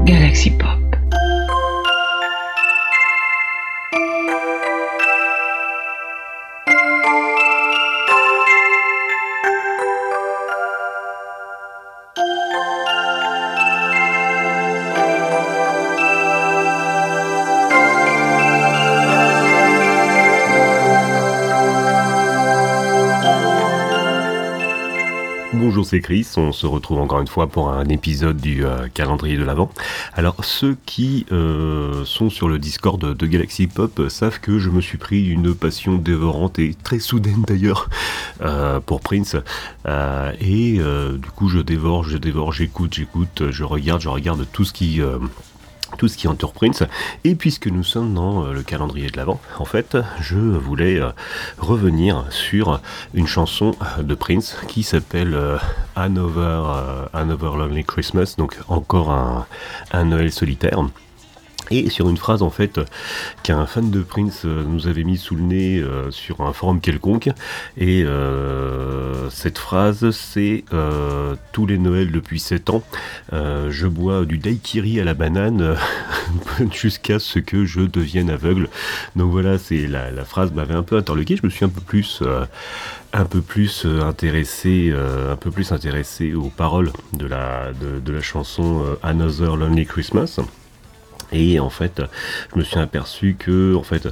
Galaxy Pop. Bonjour, c'est Chris, on se retrouve encore une fois pour un épisode du calendrier de l'Avent. Alors ceux qui sont sur le Discord de Galaxy Pop savent que je me suis pris une passion dévorante et très soudaine d'ailleurs pour Prince. Et du coup je dévore, j'écoute, je regarde tout ce qui entoure Prince. Et puisque nous sommes dans le calendrier de l'Avent, en fait, je voulais revenir sur une chanson de Prince qui s'appelle Another Lonely Christmas, donc encore un Noël solitaire. Et sur une phrase en fait qu'un fan de Prince nous avait mis sous le nez sur un forum quelconque, et cette phrase c'est tous les Noëls depuis 7 ans, je bois du daiquiri à la banane jusqu'à ce que je devienne aveugle. Donc voilà, c'est la phrase m'avait un peu interloqué. Je me suis un peu plus intéressé aux paroles de la chanson Another Lonely Christmas. Et en fait, je me suis aperçu que en fait,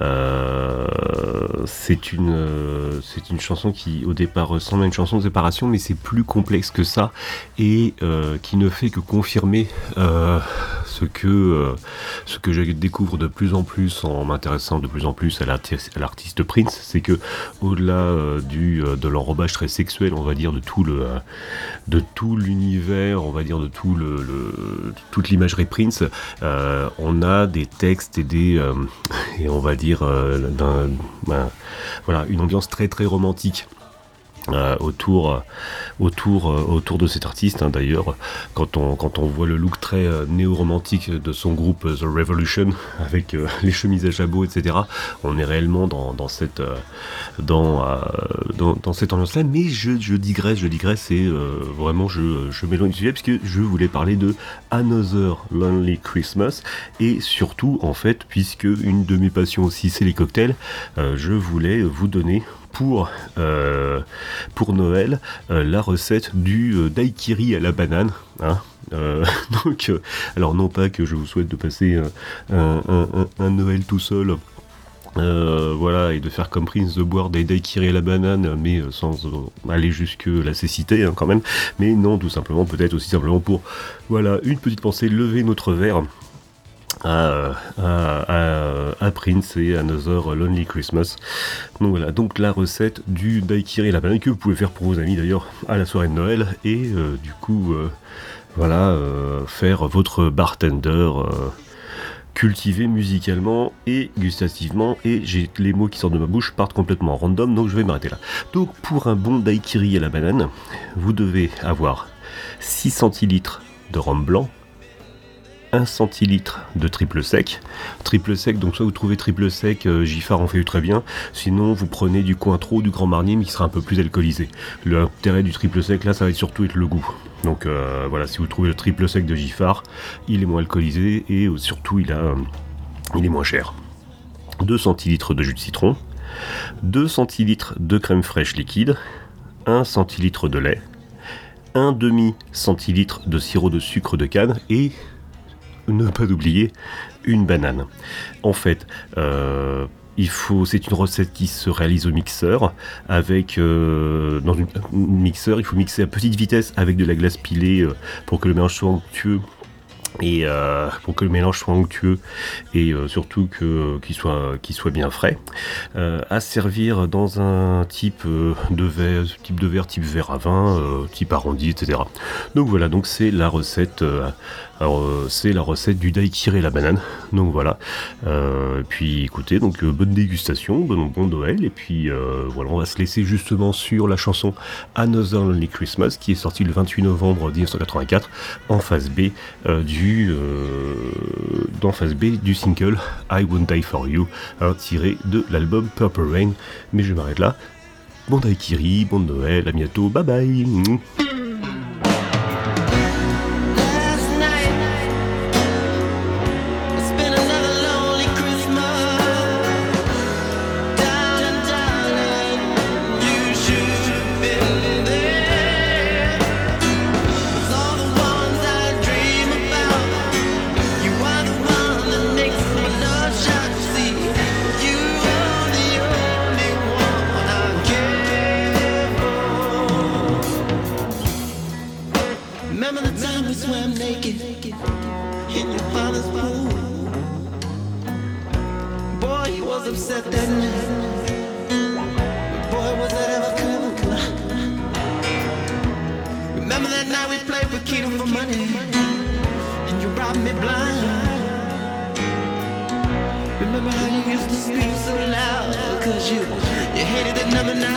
c'est une chanson qui au départ ressemble à une chanson de séparation, mais c'est plus complexe que ça, et qui ne fait que confirmer ce que je découvre de plus en plus en m'intéressant de plus en plus à l'artiste Prince, c'est que au-delà de l'enrobage très sexuel, on va dire, de tout l'univers, on va dire de toute l'imagerie Prince. On a des textes et on va dire voilà, une ambiance très très romantique autour de cet artiste, hein. D'ailleurs, quand on voit le look très néo-romantique de son groupe The Revolution avec les chemises à jabot, etc., on est réellement dans cette ambiance-là. Mais je digresse, et vraiment je m'éloigne du sujet puisque je voulais parler de Another Lonely Christmas, et surtout en fait, puisque une de mes passions aussi c'est les cocktails, je voulais vous donner pour Noël la recette du daiquiri à la banane, hein. Donc alors non pas que je vous souhaite de passer un Noël tout seul, voilà, et de faire comme Prince, de boire des daiquiri à la banane, mais sans aller jusque la cécité, hein, quand même. Mais non, tout simplement, peut-être aussi simplement pour, voilà, une petite pensée, lever notre verre à Prince et Another Lonely Christmas. Donc voilà, donc la recette du daiquiri à la banane que vous pouvez faire pour vos amis d'ailleurs à la soirée de Noël, et du coup voilà, faire votre bartender cultivé musicalement et gustativement. Et les mots qui sortent de ma bouche partent complètement random, donc je vais m'arrêter là. Donc pour un bon daiquiri à la banane, vous devez avoir 6 centilitres de rhum blanc, 1 centilitre de triple sec, donc soit vous trouvez triple sec, Giffard en fait très bien, sinon vous prenez du Cointreau, du Grand Marnier, mais qui sera un peu plus alcoolisé. L'intérêt du triple sec là, ça va surtout être le goût. Donc voilà, si vous trouvez le triple sec de Giffard, il est moins alcoolisé et surtout il est moins cher. 2 centilitres de jus de citron, 2 centilitres de crème fraîche liquide, 1 centilitre de lait, 1 demi centilitre de sirop de sucre de canne, et ne pas oublier une banane. En fait, c'est une recette qui se réalise au mixeur avec dans un mixeur, il faut mixer à petite vitesse avec de la glace pilée pour que le mélange soit onctueux. Et surtout qu'il soit bien frais, à servir dans un type de verre, type verre à vin, type arrondi, etc. Donc voilà, donc c'est la recette du daiquiri à la banane. Donc voilà, puis écoutez, donc bonne dégustation, bon Noël, et puis voilà, on va se laisser justement sur la chanson Another Lonely Christmas qui est sortie le 28 novembre 1984 en phase B du single I Won't Die For You, tiré de l'album Purple Rain. Mais je m'arrête là. Bon daiquiri, bon Noël, à bientôt, bye bye. night we swam naked in your father's pool. Boy, he was upset that night. Boy, was that ever cool. Remember that night we played Paquito for money, and you robbed me blind. Remember how you used to scream so loud, cause you hated the number 9.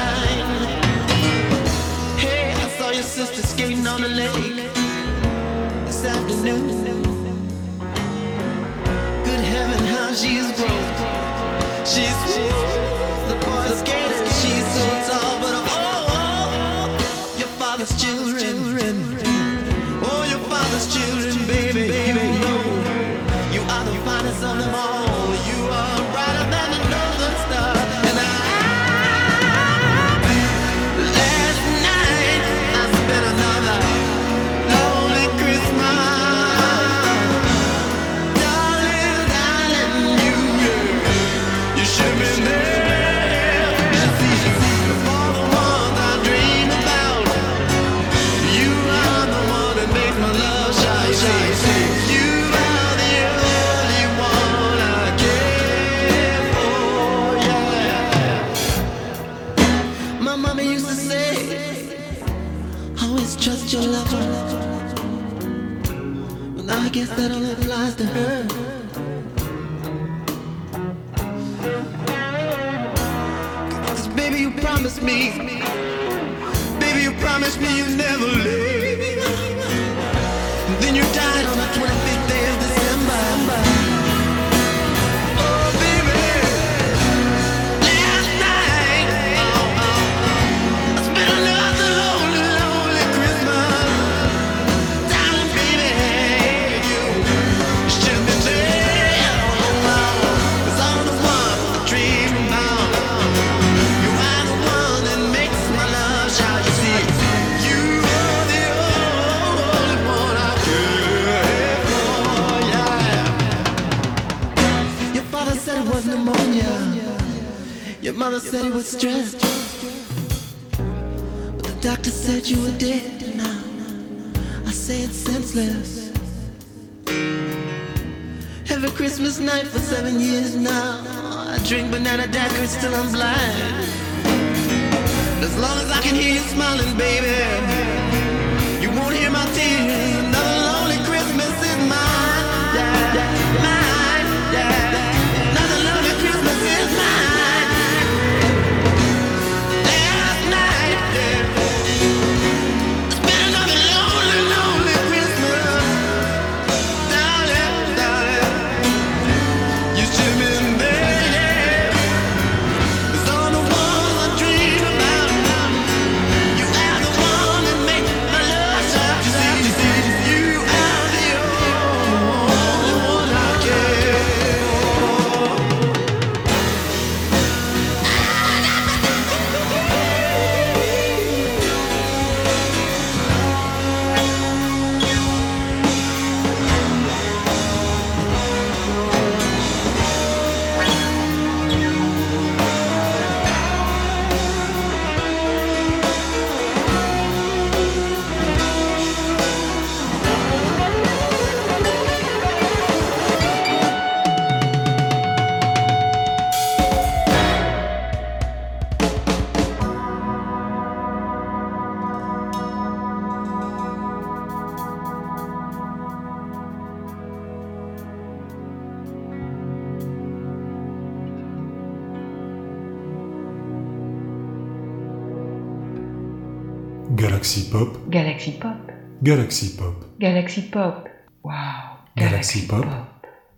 Hey, I saw your sister skating on the lake this afternoon. Good heaven, how she's grown. She's the boy skater, she's so tall, but your father's children. Oh, your father's children, baby, no. You are the finest of them all. You are brighter than the northern star. And last night I spent another lonely Christmas. Darling, you should have been there. You see, for the ones I dream about, you are the one that makes my love shine. You are the only one I care for, yeah. My mama used to say, always trust your lover. Well, I guess that only applies to her. Cause baby, you promised me. Baby, you promised me you'd never leave. And then you died on the 25th day of December. Oh, baby, last night I spent another lonely Christmas. Darling, baby, you should have been there. Cause I'm the one I dream about. You are the one that makes my love shine. You see, you are the only one I care for, yeah. Your father said it was pneumonia. Your mother said it was stress. But the doctor said you were dead now. I say it's senseless. Every Christmas night for 7 years now, I drink banana daiquiris till I'm blind. As long as I can hear you smiling, baby, you won't hear my tears. Another lonely Christmas is mine, yeah, mine, yeah. Another lonely Christmas is mine. Last night, yeah, it's been another lonely Christmas. Darling, you should have been there, yeah. 'Cause I'm the one I dream about. You are the one that makes my love shine. You see, you are the only one I care for. Galaxy Pop, Galaxy Pop. Galaxy Pop, Galaxy Pop. Wow. Galaxy Pop.